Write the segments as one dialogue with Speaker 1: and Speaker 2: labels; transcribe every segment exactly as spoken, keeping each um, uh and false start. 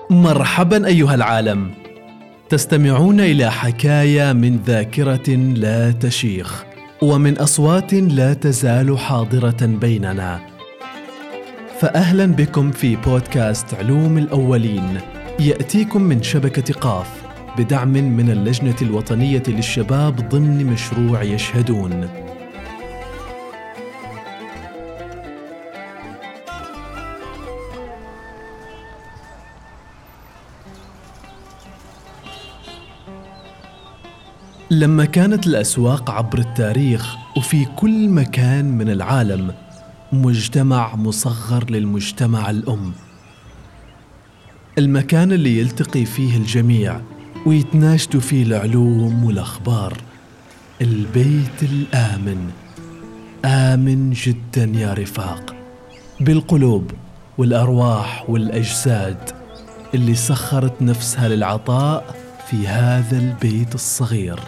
Speaker 1: مرحبا أيها العالم، تستمعون إلى حكاية من ذاكرة لا تشيخ ومن أصوات لا تزال حاضرة بيننا. فأهلا بكم في بودكاست علوم الأولين، يأتيكم من شبكة قاف بدعم من اللجنة الوطنية للشباب ضمن مشروع يشهدون. لما كانت الأسواق عبر التاريخ وفي كل مكان من العالم مجتمع مصغر للمجتمع الأم، المكان اللي يلتقي فيه الجميع ويتناشدوا فيه العلوم والأخبار، البيت الآمن، آمن جدا يا رفاق، بالقلوب والأرواح والأجساد اللي سخرت نفسها للعطاء في هذا البيت الصغير.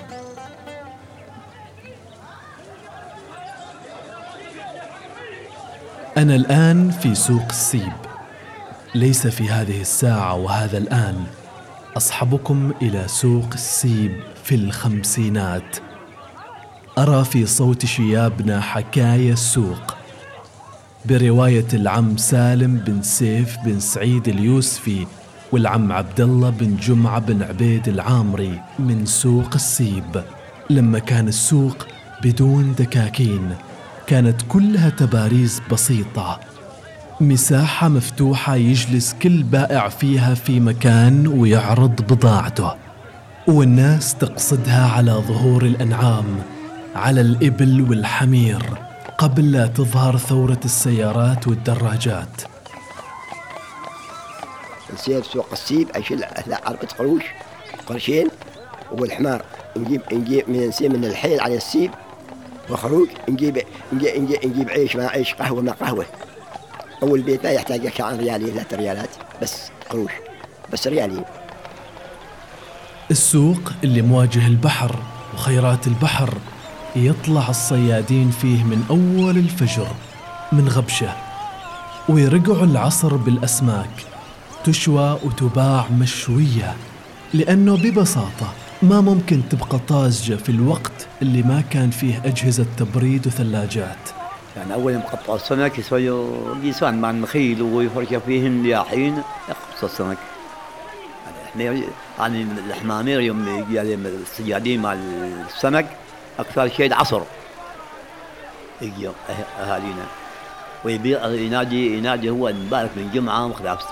Speaker 1: أنا الآن في سوق السيب، ليس في هذه الساعة وهذا الآن، أصحبكم إلى سوق السيب في الخمسينات. أرى في صوت شيابنا حكاية السوق برواية العم سالم بن سيف بن سعيد اليوسفي والعم عبد الله بن جمعة بن عبيد العامري من سوق السيب. لما كان السوق بدون دكاكين، كانت كلها تباريز بسيطة، مساحة مفتوحة يجلس كل بائع فيها في مكان ويعرض بضاعته، والناس تقصدها على ظهور الأنعام، على الإبل والحمير، قبل لا تظهر ثورة السيارات والدراجات.
Speaker 2: نسير سوق السيب أشيل عربة قروش قرشين والحمار، نجيب نجيب من نسيب من الحيل على السيب وخروج، نجيب نجيب نجيب, نجيب عيش ما عيش، قهوة ما قهوة. أول بيت ما يحتاج كان ريالي ثلاثة ريالات بس قروش، بس ريالي.
Speaker 1: السوق اللي مواجه البحر وخيرات البحر، يطلع الصيادين فيه من أول الفجر من غبشة، ويرجعوا العصر بالأسماك تشوى وتباع مشوية، لأنه ببساطة ما ممكن تبقى طازجة في الوقت اللي ما كان فيه أجهزة تبريد وثلاجات.
Speaker 3: يعني أول مقطع السمك يسوي يسوان مع النخيل ويفرش فيهن لياحين يقص السمك. يعني يعني الحمامير يوم يجي الصيادين مع السمك أكثر شيء العصر يجي أهالينا ويبيع، ينادي ينادي هو المبارك من جمعة مخلاف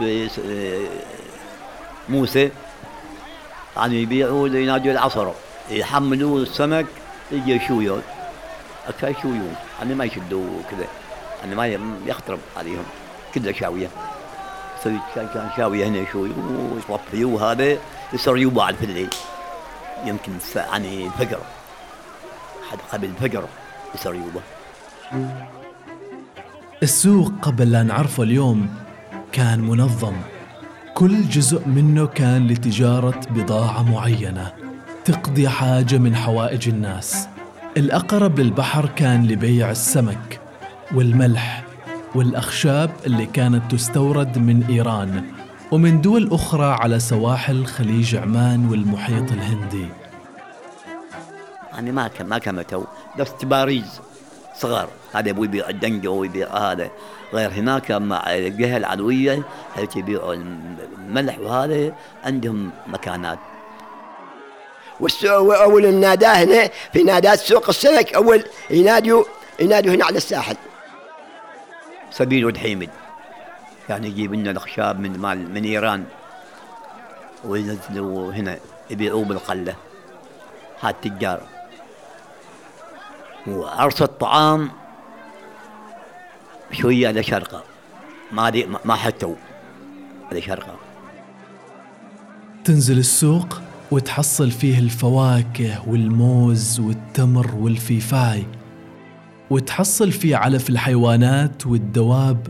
Speaker 3: موسى، يعني يبيعوا ينادوا العصر، يحملوا السمك يجي يشويون أكثر شويون، يعني ما يشدوا كذا، يعني ما يخترب عليهم كذا شاوية. سوي كان شاوية هنا شوي ويصفيوا، هذا يصيروا بعد في الليل يمكن يعني الفجر، حد قبل الفجر يصيروا.
Speaker 1: السوق قبل لا نعرفه اليوم كان منظم، كل جزء منه كان لتجارة بضاعة معينة تقضي حاجة من حوائج الناس. الأقرب للبحر كان لبيع السمك والملح والأخشاب اللي كانت تستورد من إيران ومن دول أخرى على سواحل خليج عمان والمحيط الهندي.
Speaker 3: يعني ما كان ما كمتوا بس تباريز صغار، هذا يبغى يبيع الدنجة ويبيع هذا، غير هناك مع الجهة العدوية هل يبيعوا الملح، وهذا عندهم مكانات.
Speaker 2: والسوق أول الناداه هنا في نادات سوق السمك، أول ينادوا ينادوا هنا على الساحل
Speaker 3: سبيل ودحيمد، يعني يجيب لنا الأخشاب من مال من إيران وينزلوا هنا يبيعوا بالقلة، هاد التجار. وعرص الطعام شوية على شرقة، ما دي ما حتوا على شرقة.
Speaker 1: تنزل السوق وتحصل فيه الفواكه والموز والتمر والفيفاي، وتحصل فيه علف الحيوانات والدواب،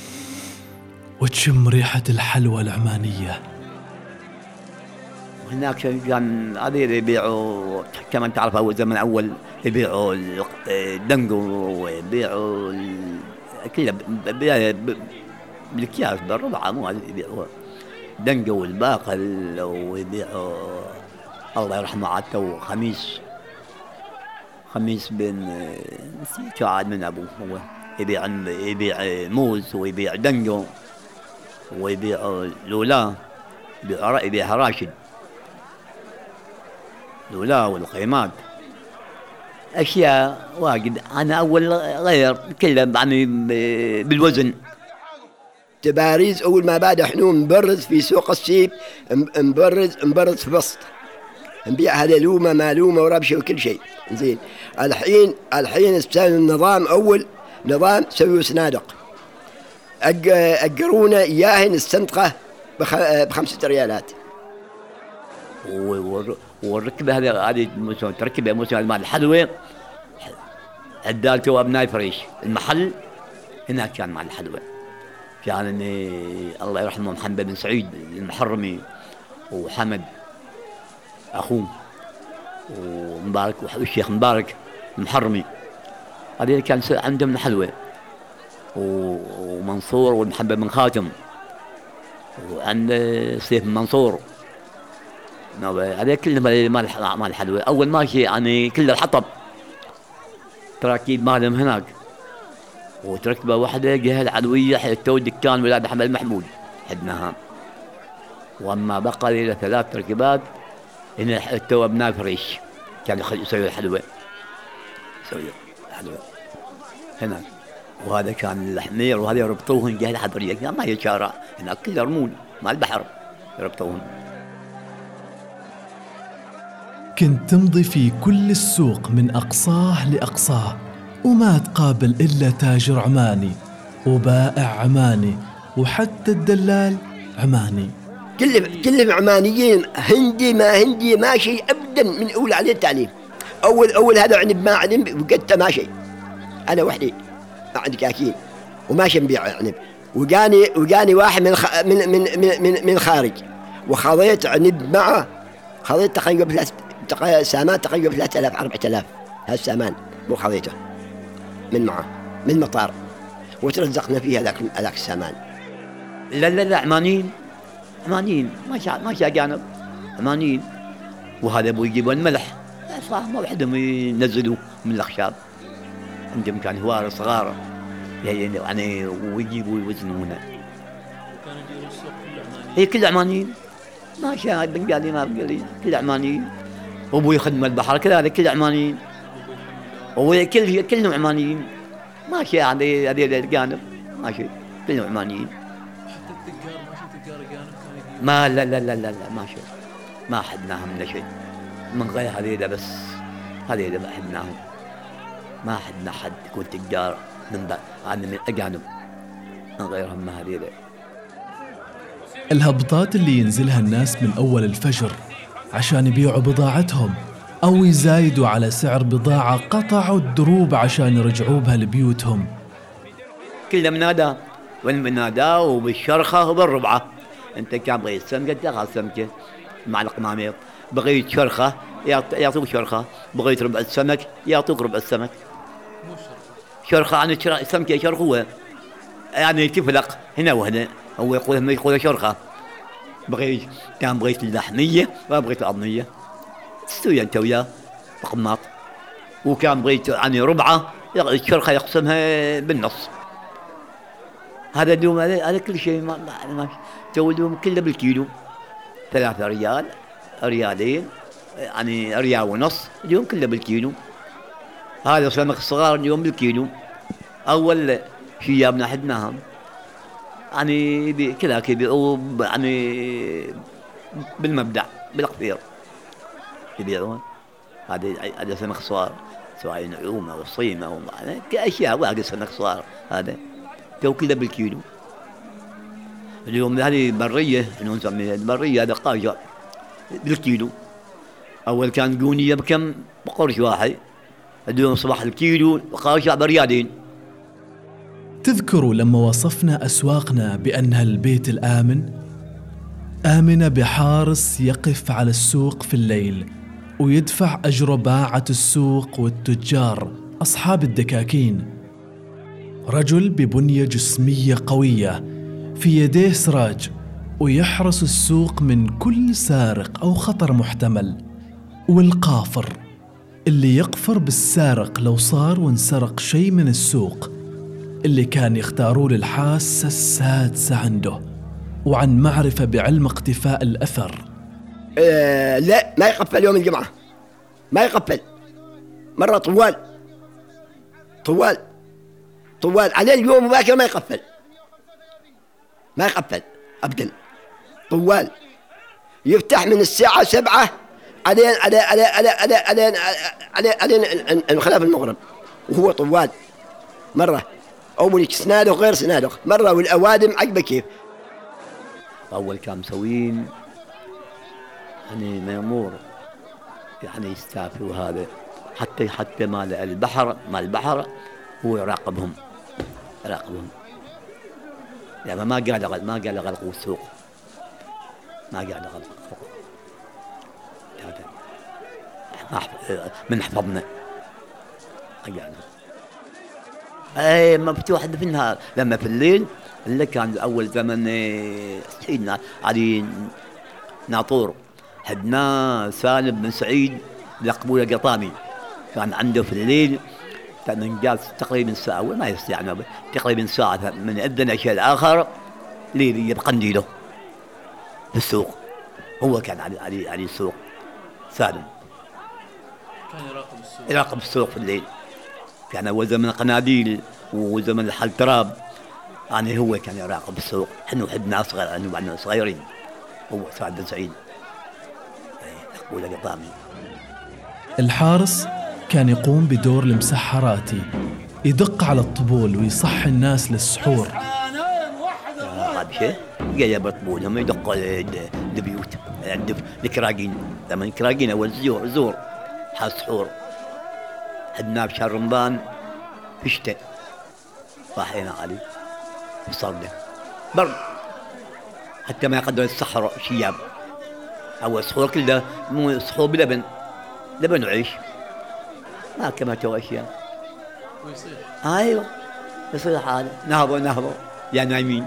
Speaker 1: وتشم ريحة الحلوى العمانية.
Speaker 3: هناك كان هذه يبيعوا كما تعرف أول زمن أول يبيعوا الدنجو ويبيعوا كذا بالأكياس بالربع، مو هذه يبيعوها. دنجة والباقل، ويبيعوا الله يرحمه عاد خميس خميس بن نسيت عاد من أبوه، هو يبيع يبيع موز ويبيع دنجو ويبيع لولا، يبيع راشد لولا والقيمات، أشياء واجد. أنا أول غير نتكلم يعني بالوزن.
Speaker 2: تباريز أول ما بعد حنو مبرز في سوق السيب، مبرز مبرز في بسط، نبيع هذا لومة مالومة وربشة وكل شيء زين. الحين الحين استعمل النظام، أول نظام سووا صنادق أجرونا إياه نستنطقه بخمسة ريالات.
Speaker 3: والركبة هذه هذه تركبها مثل مال الحلوة عدالته وابناء فريش، المحل هناك كان مال الحلوة، كان الله يرحمه محمد بن سعيد المحرمي وحمد أخوه ومبارك والشيخ مبارك المحرمي، هذه كان عندهم الحلوة، ومنصور والمحمد بن خاتم وعند سيف منصور، هذا كله مال مال الحلوة. أول ماشي يعني كله الحطب تراكيب مالهم هناك، وتركبة واحدة جهة العلوية حتى دكان ولاد محمد محمود حدناها. وأما بقى إلى ثلاث تركيبات هنا حتى ابناء فريش كانوا يسوي الحلوة، يسوي الحلوة هناك. وهذا كان الحمير، وهذا يربطوهن جهة الحضرية، ما هي شارع هناك كله رمول مع البحر يربطوهن.
Speaker 1: كنت تمضي في كل السوق من أقصاه لأقصاه، وما تقابل إلا تاجر عماني وبائع عماني وحتى الدلال عماني.
Speaker 2: كلهم كلهم عمانيين، هندي ما هندي ماشي أبدا من أول عليه التعليم. أول أول هذا عنب ما عنب وقدت ماشي، أنا وحدي ما عندي كاكين وماشي نبيع عنب. وجاني وجاني واحد من خ... من من من من خارج، وخذيت عنب معه، خذيت تقريبا ثلاث تق... سامان تقريبا ثلاثة آلاف أربعة آلاف هالسامان مو خذيته من معه من المطار، وترزقنا فيه هذاك هذاك السامان.
Speaker 3: لا لا لا عمانيين عمانيين ما شاء ما شاء جانب عمانيين. وهذا ابو يجيبون الملح صح، ما وحدهم ينزلوا من الاخشاب، عندهم كان هوار صغار يعني ويجيبوا يوزنونه. وكانوا يديروا السوق كله عمانيين، هي كل عمانيين ما شاء بنقالي ما بنقالي كل عمانيين. وابوي خدم البحر كذلك كل عمانيين، وكل كلهم عمانيين ما شاء هذه هذه الجانب ما شاء كلهم عمانيين. ما لا لا لا لا, لا ما شيء ما حدناهم من شيء من غير هذيلا، بس هذيلا ما حدناهم، ما حدنا حد يكون تجار من عن من أجانب من غيرهم ما هذيلا.
Speaker 1: الهبطات اللي ينزلها الناس من أول الفجر عشان يبيعوا بضاعتهم أو يزايدوا على سعر بضاعة قطعوا الدروب عشان يرجعوا بها لبيوتهم.
Speaker 3: كله منادى والمنادى وبالشرخة وبالربعة. أنت كان بغيت سمكة تأخذ سمكة مع القماميط، بغيت شرخة يعطوك شرخة، بغيت ربع السمك يعطوك ربع السمك. شرخة عن يعني سمكة شرخوها يعني تفلق هنا وهنا، هو يقول ما يقول شرخة. بغيت كان بغيت اللحمية وبغيت العظمية تستوي أنت وياه بقماط. وكان بغيت يعني ربعة الشرخة يقسمها بالنص. هذا اليوم هذا كل شيء ما ما تولدهم كله بالكيلو، ثلاثة ريال ريالين يعني ريال ونص اليوم كله بالكيلو. هذا سمك الصغار اليوم بالكيلو. أول شيء جابنا حدناهم يعني كذا يبيعوا يعني بالمبدع بالقطير يبيعون. هذا هذا سمك صغار سواء نعومة وصيمة أو كأشياء واجد سمك صغار هذا تو كله بالكيلو. اليوم هذه برية إنه نسميها البرية هذا قاجع بالكيلو. أول كان جونية بكم بقرش واحد، اليوم صباح الكيلو قاجع بريالين.
Speaker 1: تذكروا لما وصفنا أسواقنا بأنها البيت الآمن؟ آمنة بحارس يقف على السوق في الليل ويدفع أجر باعة السوق والتجار أصحاب الدكاكين. رجل ببنية جسمية قوية، في يديه سراج ويحرس السوق من كل سارق أو خطر محتمل، والقافر اللي يقفر بالسارق لو صار وانسرق شيء من السوق، اللي كان يختاروا للحاسة السادسة عنده وعن معرفة بعلم اقتفاء الأثر.
Speaker 2: آه لا، ما يقفل يوم الجمعة، ما يقفل. مرة طوال طوال طوال على اليوم وباكر ما يقفل، ما يقفل أبدا. طوال يفتح من الساعة سبعة على على على على على على على على انخلاف المغرب، وهو طوال. مرة أول سنادق غير سنادق، مرة والأوادم عقبة كيف.
Speaker 3: أول كان مسوين يعني مأمور يعني يستافي، وهذا حتى حتى مال البحر مال البحر هو يراقبهم يراقبهم يعني ما قاعد ما قاعد يغلقوا السوق، ما قاعد يغلقوا السوق من حفظنا قاعد اي مفتوح في النهار. لما في الليل اللي كان اول زمن سعيدنا علي ناطور حدنا سالم بن سعيد لقبوله قطامي، كان عنده في الليل كان انجاز تقريبا ساعه وما يستطيع تقريبا ساعه من اذن شيء الاخر ليلي يبقى له في السوق. هو كان علي علي علي السوق سالم
Speaker 1: كان يراقب السوق
Speaker 3: يراقب السوق في الليل. كان هو زمن القناديل وزمن الحل تراب، يعني هو كان يراقب السوق. احنا حدنا صغير يعني صغيرين. هو سعد بن سعيد يقول قطامي.
Speaker 1: الحارس كان يقوم بدور المسحراتي، يدق على الطبول ويصحي الناس للسحور.
Speaker 3: هذا شيء جاي بطبولهم يدق البيوت عند الكراجين. لما الكراجين اول زور زور حال سحور عندنا بشهر رمضان في الشتاء راحينا علي وصرنا برد حتى ما يقدر السحر شياب. أول سحور كله مو سحور بلبن لبن وعيش ما كما تو أشياء
Speaker 1: ويصير
Speaker 3: أيوة يصير حاله نهبوا نهبوا يا نايمين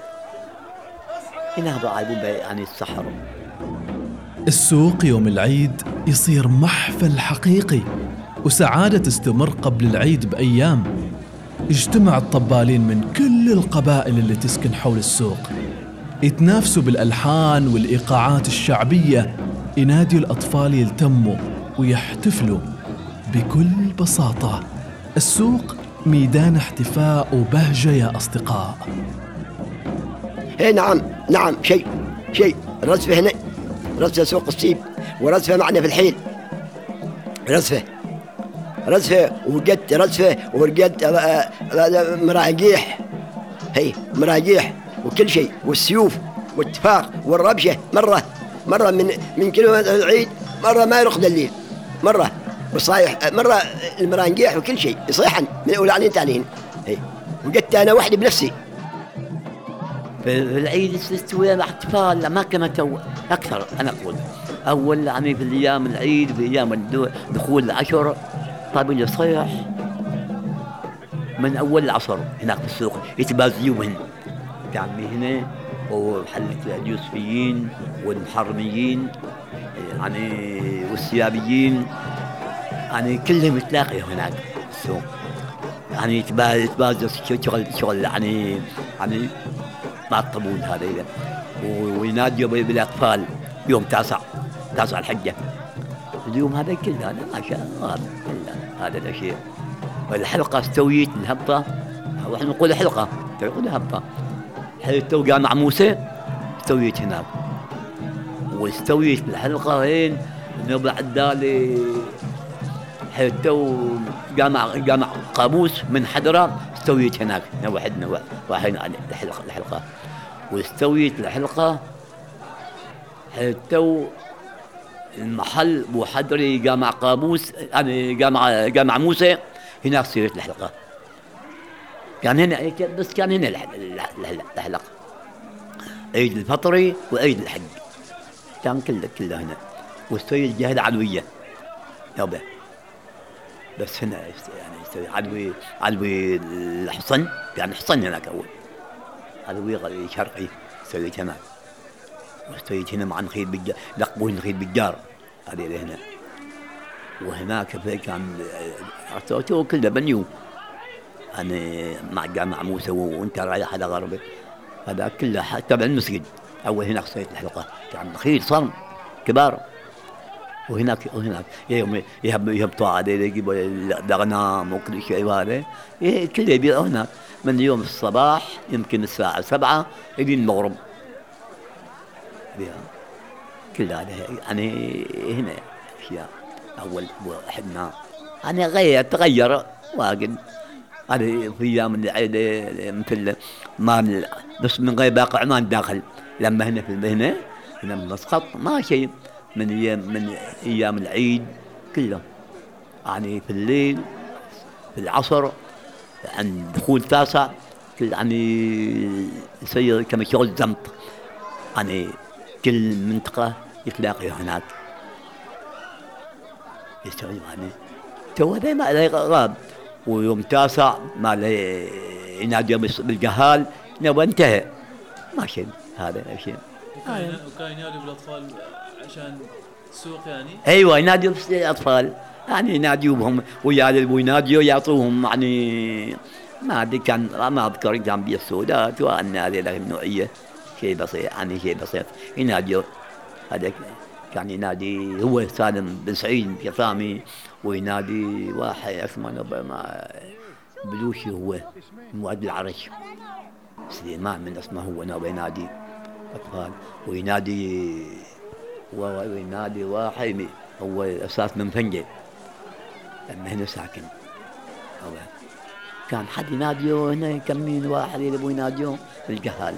Speaker 3: ينهبوا عالبون يعني السحر.
Speaker 1: السوق يوم العيد يصير محفل حقيقي، وسعادة تستمر قبل العيد بأيام. يجتمع الطبالين من كل القبائل اللي تسكن حول السوق، يتنافسوا بالألحان والإيقاعات الشعبية، ينادوا الأطفال يلتموا ويحتفلوا. بكل بساطة السوق ميدان احتفاء وبهجة يا أصدقاء.
Speaker 2: اي نعم نعم شيء شيء رزفة هنا، رزفة سوق السيب، ورزفة معنا في الحيل، رزفة رزفة وقد رزفة ورقد مراجيح، هي مراجيح وكل شيء، والسيوف والاتفاق والربشة. مرة مرة من من كلمة العيد مرة ما يرقد الليل، مرة وصايح، مرة المراجيح وكل شيء يصيحن من أولانين تانيين. هي وقدت أنا وحدي بنفسي
Speaker 3: في العيد استوى مع احتفال ما كما تو أكثر. أنا أقول أول يعني في الأيام العيد في أيام دخول العشر طابين يصيح من أول العصر هناك في السوق يتبازيون يعني هنا وحلة اليوسفيين والمحرميين يعني والسيابيين يعني كلهم يتلاقوا هناك في السوق، يعني يتبازوا شغل شغل يعني يعني مع الطبول هذا، ويناديوا بالأطفال يوم تاسع تاسع الحجة. اليوم هذا كله هذا ما شاء الله هذا الشيء. والحلقة استويت الهبطة، واحنا نقول حلقة تقول هبطة، حيث توقع مع موسى استويت هناك، واستويت الحلقة هين نبع الدالي حيث تو جامع جامع قابوس من حضرة استويت هناك وحدنا واحد على الحلقة الحلقة واستويت الحلقة حيث تو المحل بو حضري جامع قابوس يعني جامع جامع موسى هناك صيرت الحلقة. كان هنا بس كان هنا الحلقة عيد الفطري وعيد الحج كان كله كله هنا، واستوي الجهة العلوية يابا بس هنا يعني يستوي علوي علوي الحصن، يعني حصن هناك أول علوي شرقي سويت هناك واستويت هنا مع نخيل بالجار، لقبوه نخيل بالجار هذه اللي هنا. وهناك كان تو كله بنيو، أنا مع جامع موسى وأنت رايح على غربه، هذا كله تبع المسجد. أول هناك صيت الحلقة كان نخيل صرم كبار، وهناك وهناك يوم يهب يهبطوا عليه يجيبوا الأغنام وكل شيء، وهذا كله يبيعوا هناك من يوم الصباح يمكن الساعة سبعة إلى المغرب كل هذا. يعني هنا أشياء أول وحدنا يعني غير تغير واجد. هذه في أيام العيد مثل ما بس من غير باقي عمان داخل، لما هنا في هنا هنا مسقط ما شيء من أيام من أيام العيد كله، يعني في الليل في العصر عند دخول تاسع كل يعني يصير كما شغل زمط، يعني كل منطقة يتلاقي هناك يستوي يعني تو هذا ما له غاب. ويوم تاسع ما له ينادي بالجهال نبى انتهى ماشي هذا شيء.
Speaker 1: وكان ينادي بالأطفال عشان السوق يعني.
Speaker 3: أيوة ينادي بالأطفال يعني يناديوهم ويا ويناديوا يعطوهم يعني ما أدري كان ما أذكر كان بالسودات وأن هذه النوعية شيء بسيط يعني شيء بسيط يناديوا. هذا كان ينادي هو سالم بن سعيد يطامي، وينادي واحد اسمه ما بلوشي هو مواد العرش سليمان من اسمه هو نوب ينادي أطفال، وينادي وينادي واحد هو أساس من فنجة لما هنا ساكن هو كان حد يناديه هنا يكمين واحد يبغوا يناديه الجهال.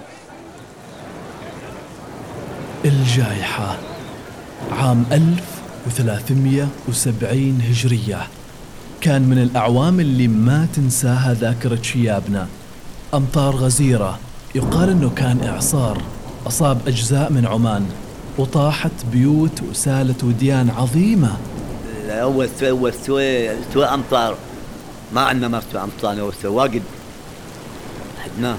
Speaker 1: الجائحة عام ألف وثلاثمئة وسبعين هجرية كان من الأعوام اللي ما تنساها ذاكرة شيابنا. أمطار غزيرة، يقال أنه كان إعصار أصاب أجزاء من عمان وطاحت بيوت وسالت وديان عظيمة.
Speaker 3: أول سوى سوى سوى أمطار ما عندنا ما سوى أمطار أو سوى واجد حدنا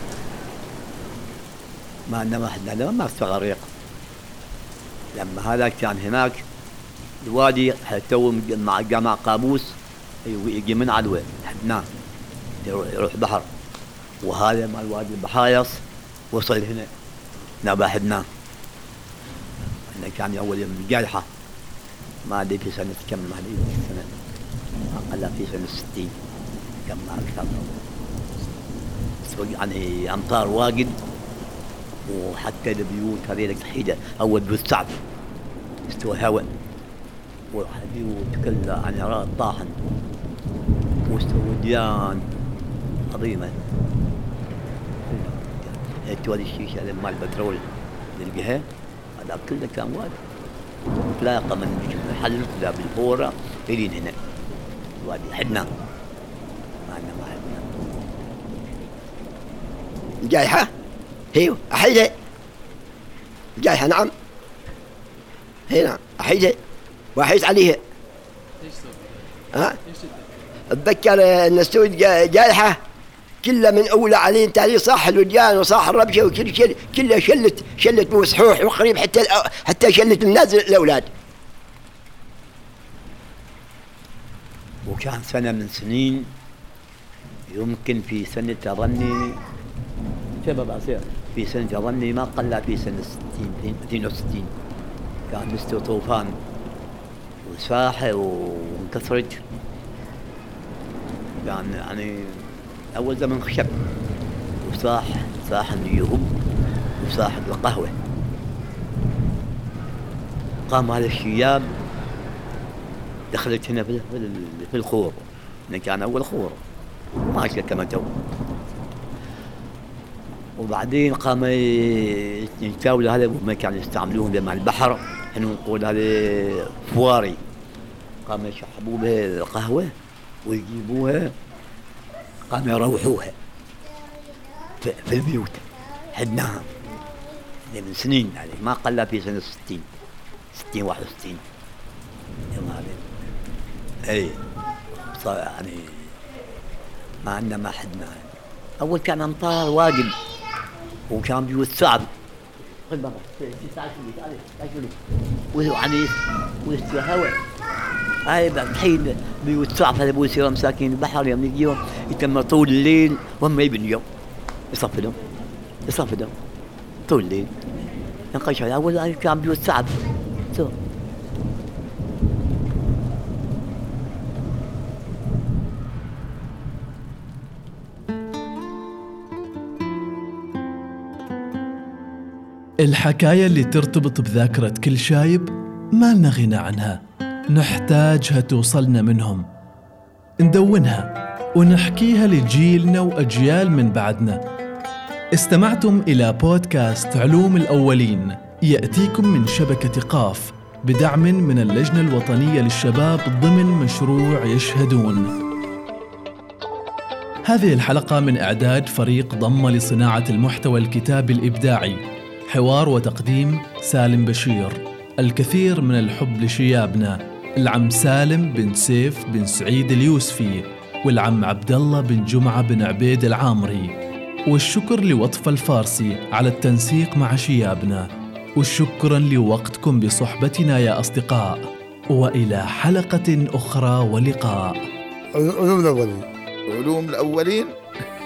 Speaker 3: ما عندنا ما حدنا لما ما سوى غريق. لما هذا كان هناك الوادي حتو مع جامع قابوس يجي من علوه حدنا يروح بحر، وهذا مع الوادي البحايص وصل هنا نبا حدنا. إنه كان أول يوم الجائحة ما أدري في سنة كم ما أدري في سنة أقل في سنة ستين كم ما أكثر يعني أمطار واجد. وحتى البيوت هذه الحيدة أول بيوت صعب استوى هواء والبيوت كلها عن عراء طاحن واستوى وديان عظيمة. توالي الشيشة لما البترول نلقاها هذا كله كان واد تلاقى من الحل لا بالبورة إلين هنا وادي حدنا ما عندنا ما عندنا.
Speaker 2: الجائحة هي أحيدة الجائحة نعم هنا أحيدة وأحيد عليها. ها أتذكر أن السود جائحة كله من أولى عليه تالي صاح الوديان وصاح الربشة وكل شيء كله شلت شلت مسحوح وقريب حتى حتى شلت النازل الأولاد.
Speaker 3: وكان سنة من سنين يمكن في سنة أظني شباب عصير في سنة أظني ما قل في سنة ستين اثنين وستين كان مستوى طوفان وساحة وانكسرت. كان يعني أول زمن خشب وصاح صاح النيوم وصاح القهوة. قام هذا الشياب دخلت هنا في في الخور، إنه كان أول خور ماشي كما تو. وبعدين قام ينتاول هذا ما كانوا يستعملوه مع البحر، إحنا نقول هذا فواري. قام يشحبوا به القهوة ويجيبوها قام يروحوها في, في البيوت حدناها من سنين يعني ما قل في سنة ستين ستين واحد وستين يوم هذا اي صار يعني ما عندنا ما حدنا. أول كان أمطار واجد وكان بيوت صعب خذ بابا تعال شوي تعال تعال شوي وهو عنيف ويستوى هواء هاي الحين بيوسع في بوسيرة مساكين البحر يوم يجيهم يتم طول الليل وهم يبنيهم يصفدهم يصفدهم طول الليل ينقش على أول كان بيوسع سو
Speaker 1: الحكاية اللي ترتبط بذاكرة كل شايب ما لنا غنى عنها، نحتاجها توصلنا منهم، ندونها ونحكيها لجيلنا وأجيال من بعدنا. استمعتم إلى بودكاست علوم الأولين يأتيكم من شبكة قاف بدعم من اللجنة الوطنية للشباب ضمن مشروع يشهدون. هذه الحلقة من إعداد فريق ضم لصناعة المحتوى الكتابي الإبداعي، حوار وتقديم سالم بشير. الكثير من الحب لشيابنا العم سالم بن سيف بن سعيد اليوسفي والعم عبد الله بن جمعة بن عبيد العامري، والشكر لوطف الفارسي على التنسيق مع شيابنا، وشكرا لوقتكم بصحبتنا يا أصدقاء، وإلى حلقة أخرى ولقاء.
Speaker 4: علوم الأولين
Speaker 5: علوم الأولين